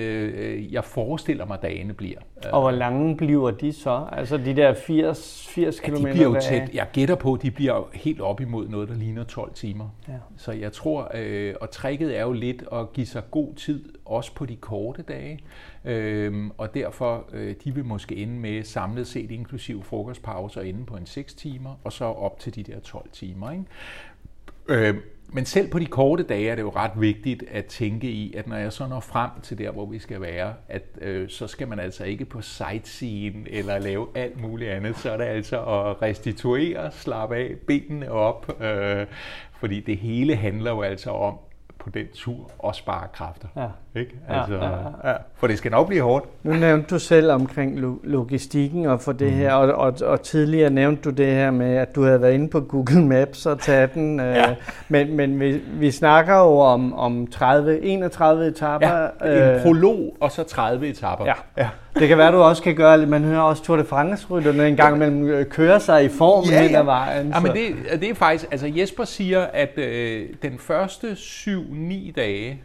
uh, jeg forestiller mig, dagene bliver. Og hvor lange bliver de så? Altså de der firs, firs kilometer? Ja, de bliver jo tæt. Jeg gætter på, at de bliver helt op imod noget, der ligner tolv timer. Ja. Så jeg tror, uh, og tricket er jo lidt at give sig god tid, også på de korte dage. Øhm, og derfor, øh, de vil måske ende med samlet set inklusiv frokostpauser inde på en seks timer, og så op til de der tolv timer, ikke? Øh, men selv på de korte dage er det jo ret vigtigt at tænke i, at når jeg så når frem til der, hvor vi skal være, at øh, så skal man altså ikke på sightseeing eller lave alt muligt andet. Så er det altså at restituere, slappe af, benene op, øh, fordi det hele handler jo altså om, på den tur og spare kræfter. Ja. Ikke? Altså, ja, ja, ja. Ja. For det skal nok blive hårdt. Nu nævnte du selv omkring logistikken og for det mm. her, og, og, og tidligere nævnte du det her med, at du havde været inde på Google Maps og taget den. Ja. Øh, men men vi, vi snakker jo om, om tredive, enogtredive etaper. Ja, en prolog og så tredive etaper. Ja. Ja. Det kan være, du også kan gøre, man hører også Tour de France-rytterne en gang imellem køre sig i formen ja, ja. hen ad vejen. Ja, men det, det er faktisk, altså Jesper siger, at øh, den første syv ni dage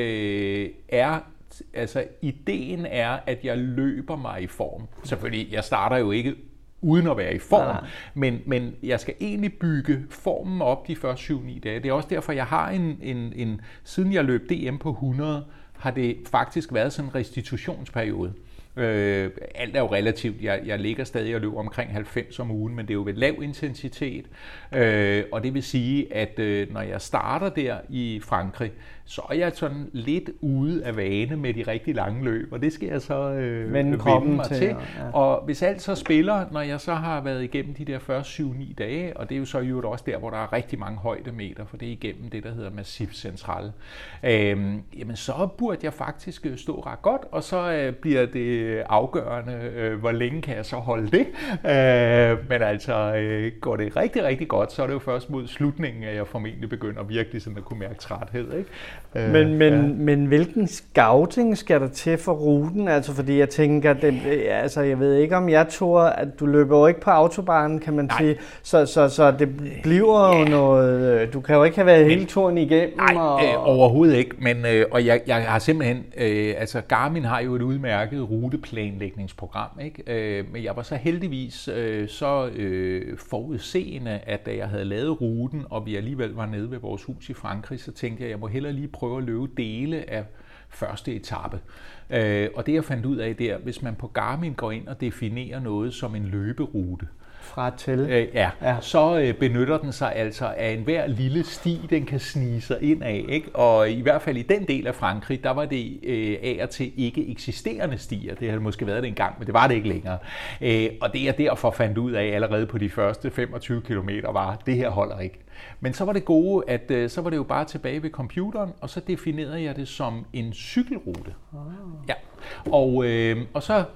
øh, er, altså ideen er, at jeg løber mig i form. Selvfølgelig, jeg starter jo ikke uden at være i form, nej, nej. Men, men jeg skal egentlig bygge formen op de første syv ni dage. Det er også derfor, jeg har en, en, en siden jeg løb D M på hundrede, har det faktisk været sådan en restitutionsperiode. Øh, alt er jo relativt. Jeg, jeg ligger stadig og løber omkring halvfems om ugen, men det er jo ved lav intensitet. Øh, og det vil sige, at øh, når jeg starter der i Frankrig, så er jeg sådan lidt ude af vane med de rigtig lange løb, og det skal jeg så øh, vende mig til. til. Ja. Og hvis alt så spiller, når jeg så har været igennem de der første syv ni dage, og det er jo så jo også der, hvor der er rigtig mange højdemeter, for det er igennem det, der hedder Massif Central, øh, jamen så burde jeg faktisk stå ret godt, og så øh, bliver det afgørende, øh, hvor længe kan jeg så holde det. Øh, men altså, øh, går det rigtig, rigtig godt, så er det jo først mod slutningen, at jeg formentlig begynder virkelig sådan at kunne mærke træthed, ikke? Øh, men, men, ja. men hvilken scouting skal der til for ruten? Altså, fordi jeg tænker, det, altså, jeg ved ikke, om jeg tror, at du løber jo ikke på autobahnen, kan man nej. sige. Så, så, så det bliver jo yeah. noget... Du kan jo ikke have været hele turen igennem. Nej, og... øh, overhovedet ikke. Men, øh, og jeg, jeg har simpelthen... Øh, altså, Garmin har jo et udmærket ruteplanlægningsprogram, ikke? Øh, men jeg var så heldigvis øh, så øh, forudseende, at da jeg havde lavet ruten, og vi alligevel var nede ved vores hus i Frankrig, så tænkte jeg, at jeg må hellere lige prøve at løbe dele af første etape. Øh, og det jeg fandt ud af der, hvis man på Garmin går ind og definerer noget som en løberute, fra til, øh, ja, ja. så øh, benytter den sig altså af enhver lille sti, den kan snige sig ind af, ikke? Og i hvert fald i den del af Frankrig, der var det øh, af og til ikke eksisterende stier. Det havde måske været det engang, men det var det ikke længere. Øh, og det jeg derfor fandt ud af allerede på de første femogtyve kilometer var, det her holder ikke. Men så var det gode, at øh, så var det jo bare tilbage ved computeren, og så definerede jeg det som en cykelrute. Oh. Ja. Og, øh, og så,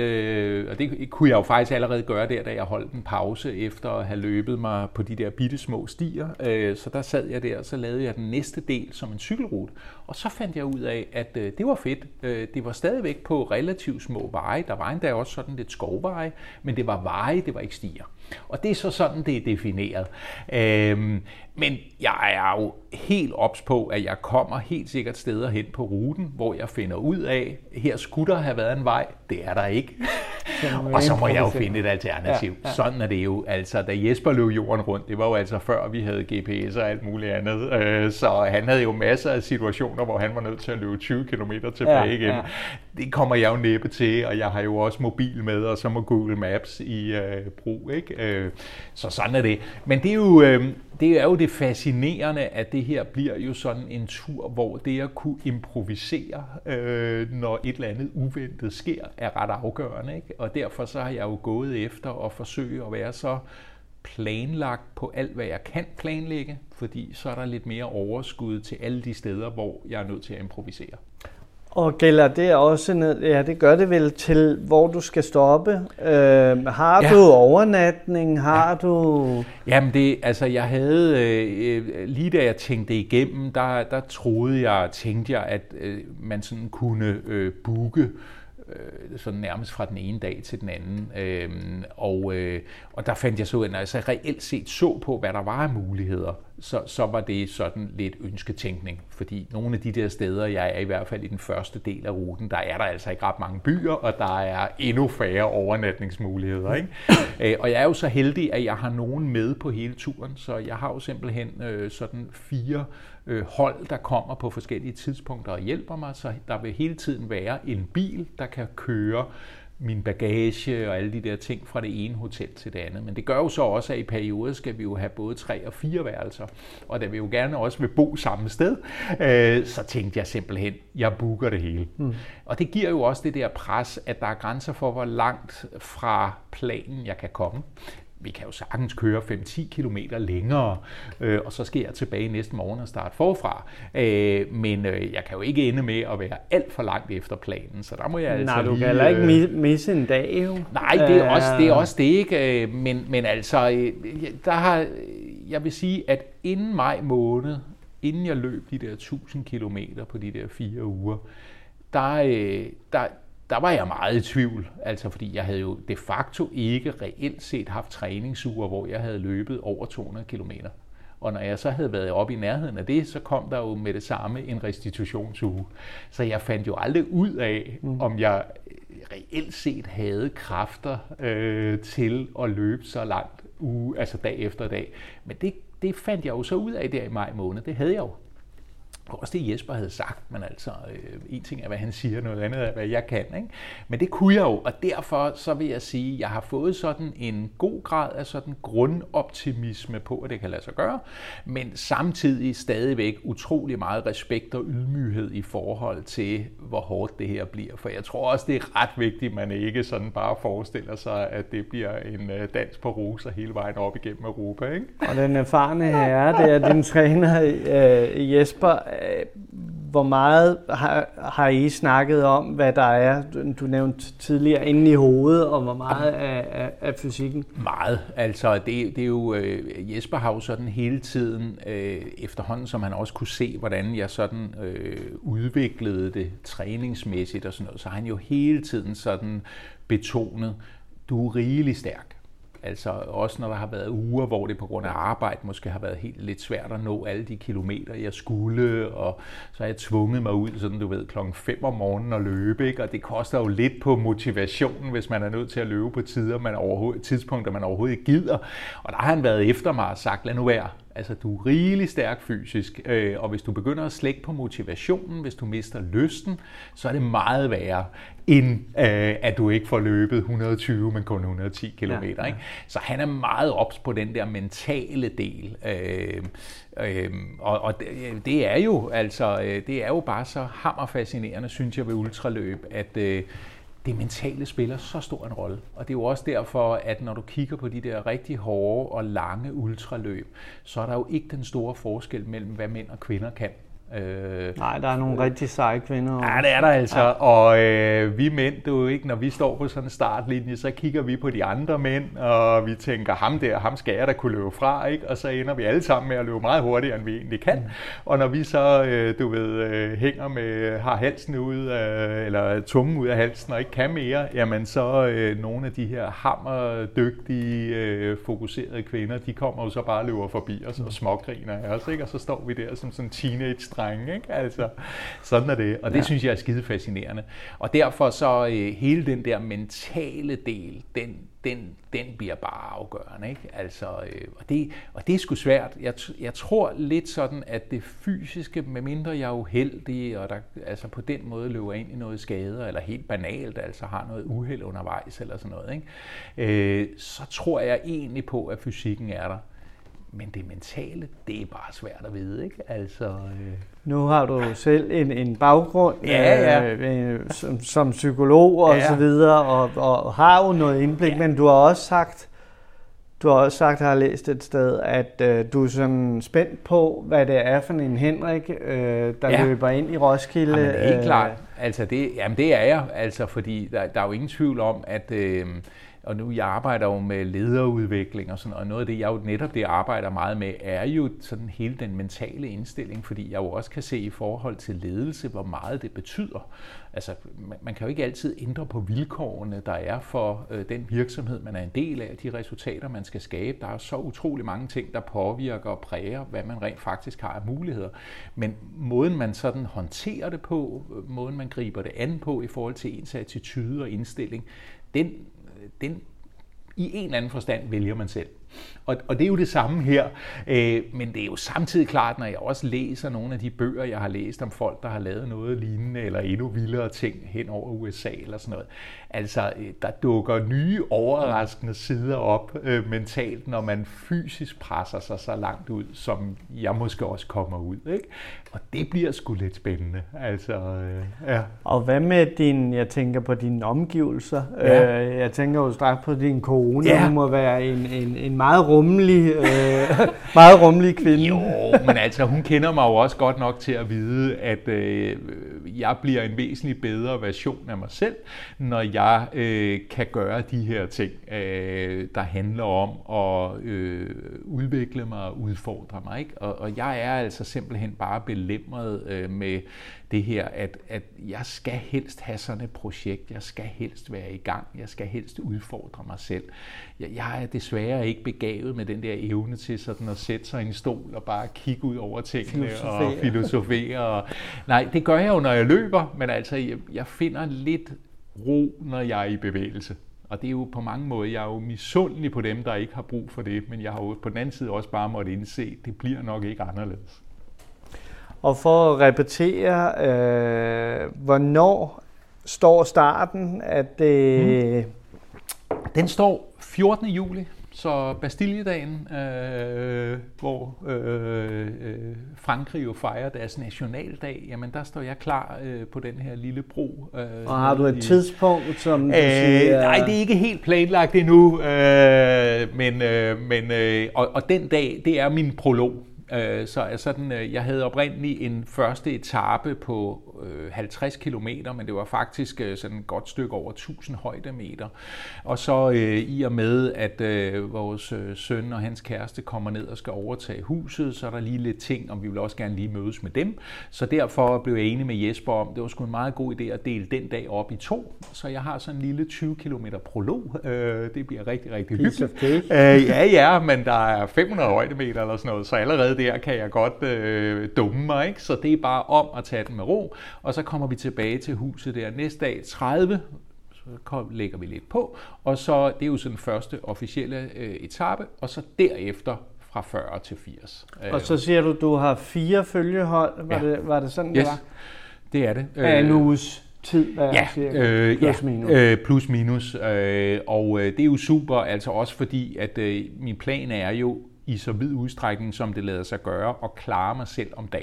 øh, og det kunne jeg jo faktisk allerede gøre der, da jeg holdt en pause efter at have løbet mig på de der bitte små stier. Øh, så der sad jeg der, og så lavede jeg den næste del som en cykelrute. Og så fandt jeg ud af, at øh, det var fedt. Øh, det var stadigvæk på relativt små veje. Der var endda også sådan lidt skovveje, men det var veje, det var ikke stier. Og det er så sådan, det er defineret. Øhm, men jeg er jo helt ops på, at jeg kommer helt sikkert steder hen på ruten, hvor jeg finder ud af, her skulle der have været en vej, det er der ikke. Og så må jeg jo finde et alternativ. Ja, ja. Sådan er det jo. Altså, da Jesper løb jorden rundt, det var jo altså før vi havde G P S og alt muligt andet. Så han havde jo masser af situationer, hvor han var nødt til at løbe tyve kilometer tilbage ja, igen. Ja. Det kommer jeg jo næppe til, og jeg har jo også mobil med, og så må Google Maps i øh, brug, ikke? Øh, så sådan er det. Men det er jo øh, det er jo det fascinerende, at det her bliver jo sådan en tur, hvor det at kunne improvisere, øh, når et eller andet uventet sker, er ret afgørende, ikke? Og derfor så har jeg jo gået efter at forsøge at være så planlagt på alt, hvad jeg kan planlægge, fordi så er der lidt mere overskud til alle de steder, hvor jeg er nødt til at improvisere. Og gælder det også ned, ja, det gør det vel til, hvor du skal stoppe. Øh, har ja. du overnatning? Har ja. du... Jamen det, altså jeg havde, øh, lige da jeg tænkte det igennem, der, der troede jeg, tænkte jeg, at øh, man sådan kunne øh, booke sådan nærmest fra den ene dag til den anden. Øhm, og, øh, og der fandt jeg så, at når jeg så reelt set så på, hvad der var af muligheder, så, så var det sådan lidt ønsketænkning. Fordi nogle af de der steder, jeg er i hvert fald i den første del af ruten, der er der altså ikke ret mange byer, og der er endnu færre overnatningsmuligheder. Ikke? øh, og jeg er jo så heldig, at jeg har nogen med på hele turen, så jeg har jo simpelthen øh, sådan fire hold, der kommer på forskellige tidspunkter og hjælper mig, så der vil hele tiden være en bil, der kan køre min bagage og alle de der ting fra det ene hotel til det andet. Men det gør jo så også, at i perioder skal vi jo have både tre og fire værelser, og da vi jo gerne også vil bo samme sted, øh, så tænkte jeg simpelthen, jeg booker det hele. Mm. Og det giver jo også det der pres, at der er grænser for, hvor langt fra planen jeg kan komme. Vi kan jo sagtens køre fem til ti kilometer længere, øh, og så skal jeg tilbage næste morgen og starte forfra. Øh, men øh, jeg kan jo ikke ende med at være alt for langt efter planen, så der må jeg altså Nej, du lige, kan heller ikke misse en dag, jo. Nej, det er også det, er også det ikke. Men, men altså, der har, jeg vil sige, at inden maj måned, inden jeg løb de der tusind kilometer på de der fire uger, der, der Der var jeg meget i tvivl, altså fordi jeg havde jo de facto ikke reelt set haft træningsuger, hvor jeg havde løbet over to hundrede kilometer. Og når jeg så havde været oppe i nærheden af det, så kom der jo med det samme en restitutionsuge. Så jeg fandt jo aldrig ud af, mm. om jeg reelt set havde kræfter øh, til at løbe så langt uge, altså dag efter dag. Men det, det fandt jeg jo så ud af der i maj måned, det havde jeg jo. Og også det Jesper havde sagt, men altså øh, en ting er, hvad han siger, noget andet er, hvad jeg kan. Ikke? Men det kunne jeg jo, og derfor så vil jeg sige, at jeg har fået sådan en god grad af sådan grundoptimisme på, at det kan lade sig gøre, men samtidig stadigvæk utrolig meget respekt og ydmyghed i forhold til, hvor hårdt det her bliver. For jeg tror også, det er ret vigtigt, at man ikke sådan bare forestiller sig, at det bliver en dans på roser hele vejen op igennem Europa. Ikke? Og den erfarne herre, det er din træner øh, Jesper. Hvor meget har, har I snakket om, hvad der er, du nævnte tidligere, inde i hovedet, og hvor meget af, af, af fysikken? Meget. Altså, det, det er jo, øh, Jesper har jo sådan hele tiden, øh, efterhånden som han også kunne se, hvordan jeg sådan øh, udviklede det træningsmæssigt og sådan noget, så har han jo hele tiden sådan betonet, du er rigelig stærk. Altså også når der har været uger, hvor det på grund af arbejde måske har været helt lidt svært at nå alle de kilometer, jeg skulle, og så har jeg tvunget mig ud, sådan du ved, klokken fem om morgenen at løbe, ikke? Og det koster jo lidt på motivationen, hvis man er nødt til at løbe på tider, man overhovedet, tidspunkter, man overhovedet ikke gider. Og der har han været efter mig og sagt, lad nu være. Altså, du er rigelig stærk fysisk, øh, og hvis du begynder at slække på motivationen, hvis du mister lysten, så er det meget værre, end øh, at du ikke får løbet et hundrede og tyve, men kun et hundrede og ti kilometer. Ja, ja. Ikke? Så han er meget ops på den der mentale del. Øh, øh, og og det, det er jo altså, det er jo bare så hammerfascinerende, synes jeg, ved ultraløb, at øh, det mentale spiller så stor en rolle. Og det er jo også derfor, at når du kigger på de der rigtig hårde og lange ultraløb, så er der jo ikke den store forskel mellem, hvad mænd og kvinder kan. Øh, Nej, der er nogle øh, rigtig seje kvinder. Ja, det er der altså. Ja. Og øh, vi mænd, du ikke, når vi står på sådan en startlinje, så kigger vi på de andre mænd, og vi tænker, ham der, ham skal jeg da kunne løbe fra, ikke? Og så ender vi alle sammen med at løbe meget hurtigere, end vi egentlig kan. Mm. Og når vi så, øh, du ved, øh, hænger med, har halsen ud, øh, eller tungen ud af halsen og ikke kan mere, jamen så øh, nogle af de her hammerdygtige, øh, fokuserede kvinder, de kommer jo så bare og løber forbi os og smågriner af os, ikke? Og så står vi der som sådan teenage-drenge, ikke? Altså, sådan er det, og det ja. synes jeg er skide fascinerende. Og derfor så øh, hele den der mentale del, den, den, den bliver bare afgørende, ikke? Altså, øh, og, det, og det er sgu svært. Jeg, jeg tror lidt sådan, at det fysiske, medmindre jeg er uheldig, og der altså på den måde løber ind i noget skader, eller helt banalt, altså har noget uheld undervejs, eller sådan noget, ikke? Øh, så tror jeg egentlig på, at fysikken er der. Men det mentale, det er bare svært at vide, ikke? Altså, øh... Nu har du selv en, en baggrund ja, ja. Øh, som, som psykolog og ja. så videre, og, og har jo noget indblik, ja. men du har også sagt, du har også sagt, jeg har læst et sted, at øh, du er sådan spændt på, hvad det er for en Henrik, øh, der ja. løber ind i Roskilde. Jamen, det er helt øh... klart. Altså, det, jamen, det er jeg, altså, fordi der, der er jo ingen tvivl om, at... Øh, Og nu, jeg arbejder jo med lederudvikling og sådan noget, og noget af det, jeg jo netop det arbejder meget med, er jo sådan hele den mentale indstilling, fordi jeg jo også kan se i forhold til ledelse, hvor meget det betyder. Altså, man kan jo ikke altid ændre på vilkårene, der er for øh, den virksomhed, man er en del af, de resultater, man skal skabe. Der er så utrolig mange ting, der påvirker og præger, hvad man rent faktisk har af muligheder. Men måden, man sådan håndterer det på, måden, man griber det an på i forhold til ens attitude og indstilling, den den i en eller anden forstand vælger man selv. Og, og det er jo det samme her, øh, men det er jo samtidig klart, når jeg også læser nogle af de bøger, jeg har læst om folk, der har lavet noget lignende, eller endnu vildere ting hen over U S A eller sådan noget. Altså, øh, der dukker nye, overraskende sider op øh, mentalt, når man fysisk presser sig så langt ud, som jeg måske også kommer ud, ikke? Og det bliver sgu lidt spændende. Altså, øh, ja. Og hvad med din, jeg tænker på dine omgivelser? Ja. Øh, jeg tænker jo straks på din kone, ja. Hun må være en, en, en meget rummelig, øh, meget rummelig kvinde. Jo, men altså hun kender mig jo også godt nok til at vide, at øh, jeg bliver en væsentlig bedre version af mig selv, når jeg øh, kan gøre de her ting, øh, der handler om at øh, udvikle mig og udfordre mig, ikke? Og, og jeg er altså simpelthen bare belemret øh, med det her, at, at jeg skal helst have sådan et projekt, jeg skal helst være i gang, jeg skal helst udfordre mig selv. Jeg, jeg er desværre ikke begavet med den der evne til sådan at sætte sig i en stol og bare kigge ud over tingene filosofere. og filosofere. Og, nej, det gør jeg jo, når jeg løber, men altså, jeg, jeg finder lidt ro, når jeg er i bevægelse. Og det er jo på mange måder, jeg er jo misundelig på dem, der ikke har brug for det, men jeg har jo på den anden side også bare måttet indse, at det bliver nok ikke anderledes. Og for at repetere, øh, hvornår står starten? At det... mm. Den står fjortende juli, så Bastiljedagen, øh, hvor øh, øh, Frankrig jo fejrer deres nationaldag, jamen der står jeg klar øh, på den her lille bro. Øh, og har du et i, tidspunkt, som du øh, siger? Nej, det er ikke helt planlagt endnu, øh, men, øh, men, øh, og, og den dag, det er min prolog. Så sådan, jeg havde oprindeligt en første etape på halvtreds kilometer, men det var faktisk sådan et godt stykke over tusind højdemeter. Og så øh, i og med, at øh, vores søn og hans kæreste kommer ned og skal overtage huset, så er der lige lidt ting, og vi vil også gerne lige mødes med dem. Så derfor blev jeg enig med Jesper om, det var sgu en meget god idé at dele den dag op i to. Så jeg har sådan en lille tyve kilometer prolog. Øh, det bliver rigtig, rigtig hyggeligt. Øh, ja, ja, men der er fem hundrede højdemeter eller sådan noget, så allerede der kan jeg godt øh, dumme mig, ikke? Så det er bare om at tage den med ro, og så kommer vi tilbage til huset der næste dag tredive, så kom, lægger vi lidt på, og så det er jo sådan den første officielle øh, etape, og så derefter fra fyrre til firs. Og så siger du, du har fire følgehold, var, ja. det, var det sådan, yes. det var? Det er det. Af en uges tid, hvad ja, siger, øh, plus minus. Ja, øh, plus minus, øh, og øh, det er jo super, altså også fordi, at øh, min plan er jo, i så vid udstrækning, som det lader sig gøre, at klare mig selv om dagen.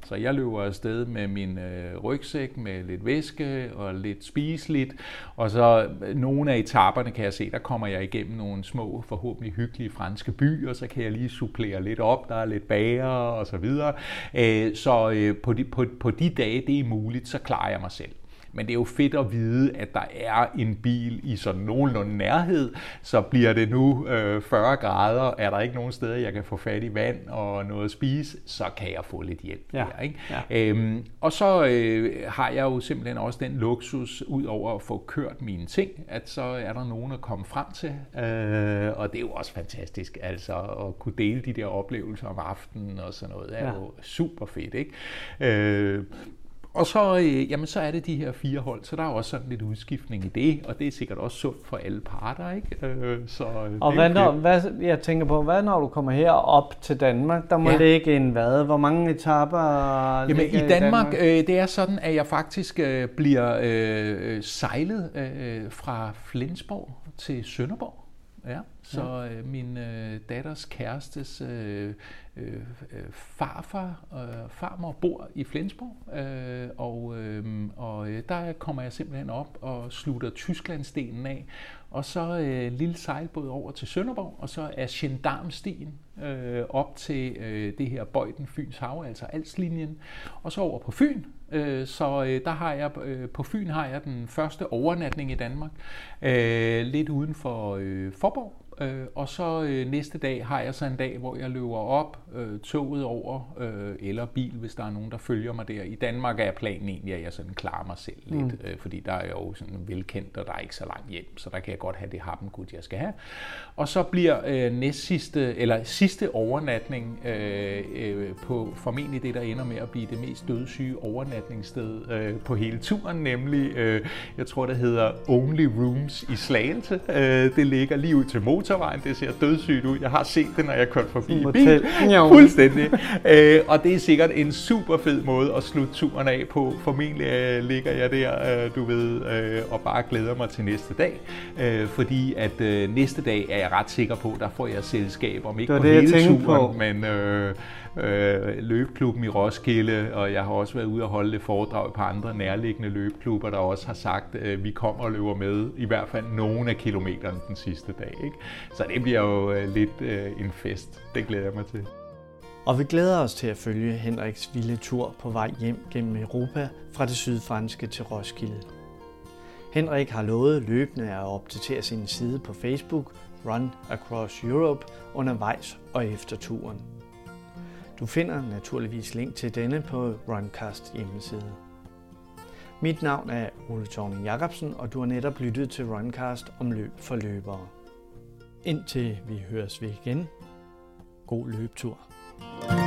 Så jeg løber afsted med min øh, rygsæk med lidt væske og lidt spiseligt, og så nogle af etaperne kan jeg se, der kommer jeg igennem nogle små, forhåbentlig hyggelige franske byer, og så kan jeg lige supplere lidt op, der er lidt bager og så videre. Øh, så øh, på, de, på, på de dage, det er muligt, så klarer jeg mig selv. Men det er jo fedt at vide, at der er en bil i sådan nogenlunde nærhed, så bliver det nu øh, fyrre grader, er der ikke nogen steder, jeg kan få fat i vand og noget at spise, så kan jeg få lidt hjælp ja. der. Ikke? Ja. Øhm, og så øh, har jeg jo simpelthen også den luksus, ud over at få kørt mine ting, at så er der nogen at komme frem til, øh, og det er jo også fantastisk, altså at kunne dele de der oplevelser om aftenen og sådan noget, er ja. jo super fedt, ikke? Øh, Og så, øh, jamen, så er det de her fire hold, så der er også sådan lidt udskiftning i det, og det er sikkert også sundt for alle parter, ikke? Øh, så, øh, og hvad når, hvad, jeg tænker på, hvad når du kommer her op til Danmark, der må ja. ligge en hvad? Hvor mange etaper jamen, i Danmark? I Danmark? Øh, det er sådan, at jeg faktisk øh, bliver øh, sejlet øh, fra Flensborg til Sønderborg. Ja, så øh, min øh, datters kærestes øh, øh, farfar og øh, farmor bor i Flensborg, øh, og, øh, og øh, der kommer jeg simpelthen op og slutter Tysklandsdelen af, og så øh, lille sejlbåd over til Sønderborg, og så er Gendarmstien øh, op til øh, det her Bøjden Fyns Hav, altså Alslinjen, og så over på Fyn. Så øh, der har jeg, øh, på Fyn har jeg den første overnatning i Danmark, øh, lidt uden for øh, Fåborg. Øh, og så øh, næste dag har jeg så en dag, hvor jeg løber op, øh, toget over, øh, eller bil, hvis der er nogen, der følger mig der. I Danmark er planen egentlig, at jeg sådan klarer mig selv lidt, mm. øh, fordi der er jo sådan velkendt, og der er ikke så langt hjem, så der kan jeg godt have det happengud, jeg skal have. Og så bliver øh, næst sidste, eller sidste overnatning øh, øh, på formentlig det, der ender med at blive det mest dødssyge overnatningssted øh, på hele turen, nemlig, øh, jeg tror, det hedder Only Rooms i Slagelse. Øh, det ligger lige ud til motorvejen, det ser dødssygt ud. Jeg har set det, når jeg kørt forbi i bil. Fuldstændig. øh, og det er sikkert en super fed måde at slutte turen af på. Formentlig øh, ligger jeg der, øh, du ved, øh, og bare glæder mig til næste dag. Øh, fordi at øh, næste dag er jeg ret sikker på, der får jeg selskab, om ikke på det, hele turen, på. men øh, øh, løbeklubben i Roskilde, og jeg har også været ude og holde et foredrag på andre nærliggende løbeklubber, der også har sagt, at øh, vi kommer og løber med i hvert fald nogle af kilometerne den sidste dag. Ikke? Så det bliver jo øh, lidt øh, en fest. Det glæder jeg mig til. Og vi glæder os til at følge Henriks vilde tur på vej hjem gennem Europa fra det sydfranske til Roskilde. Henrik har lovet løbende at opdatere sin side på Facebook, Run Across Europe, undervejs og efter turen. Du finder naturligvis link til denne på Runcast hjemmeside. Mit navn er Ole Thorning Jacobsen, og du har netop lyttet til Runcast om løb for løbere. Indtil vi høres ved igen. God løbetur.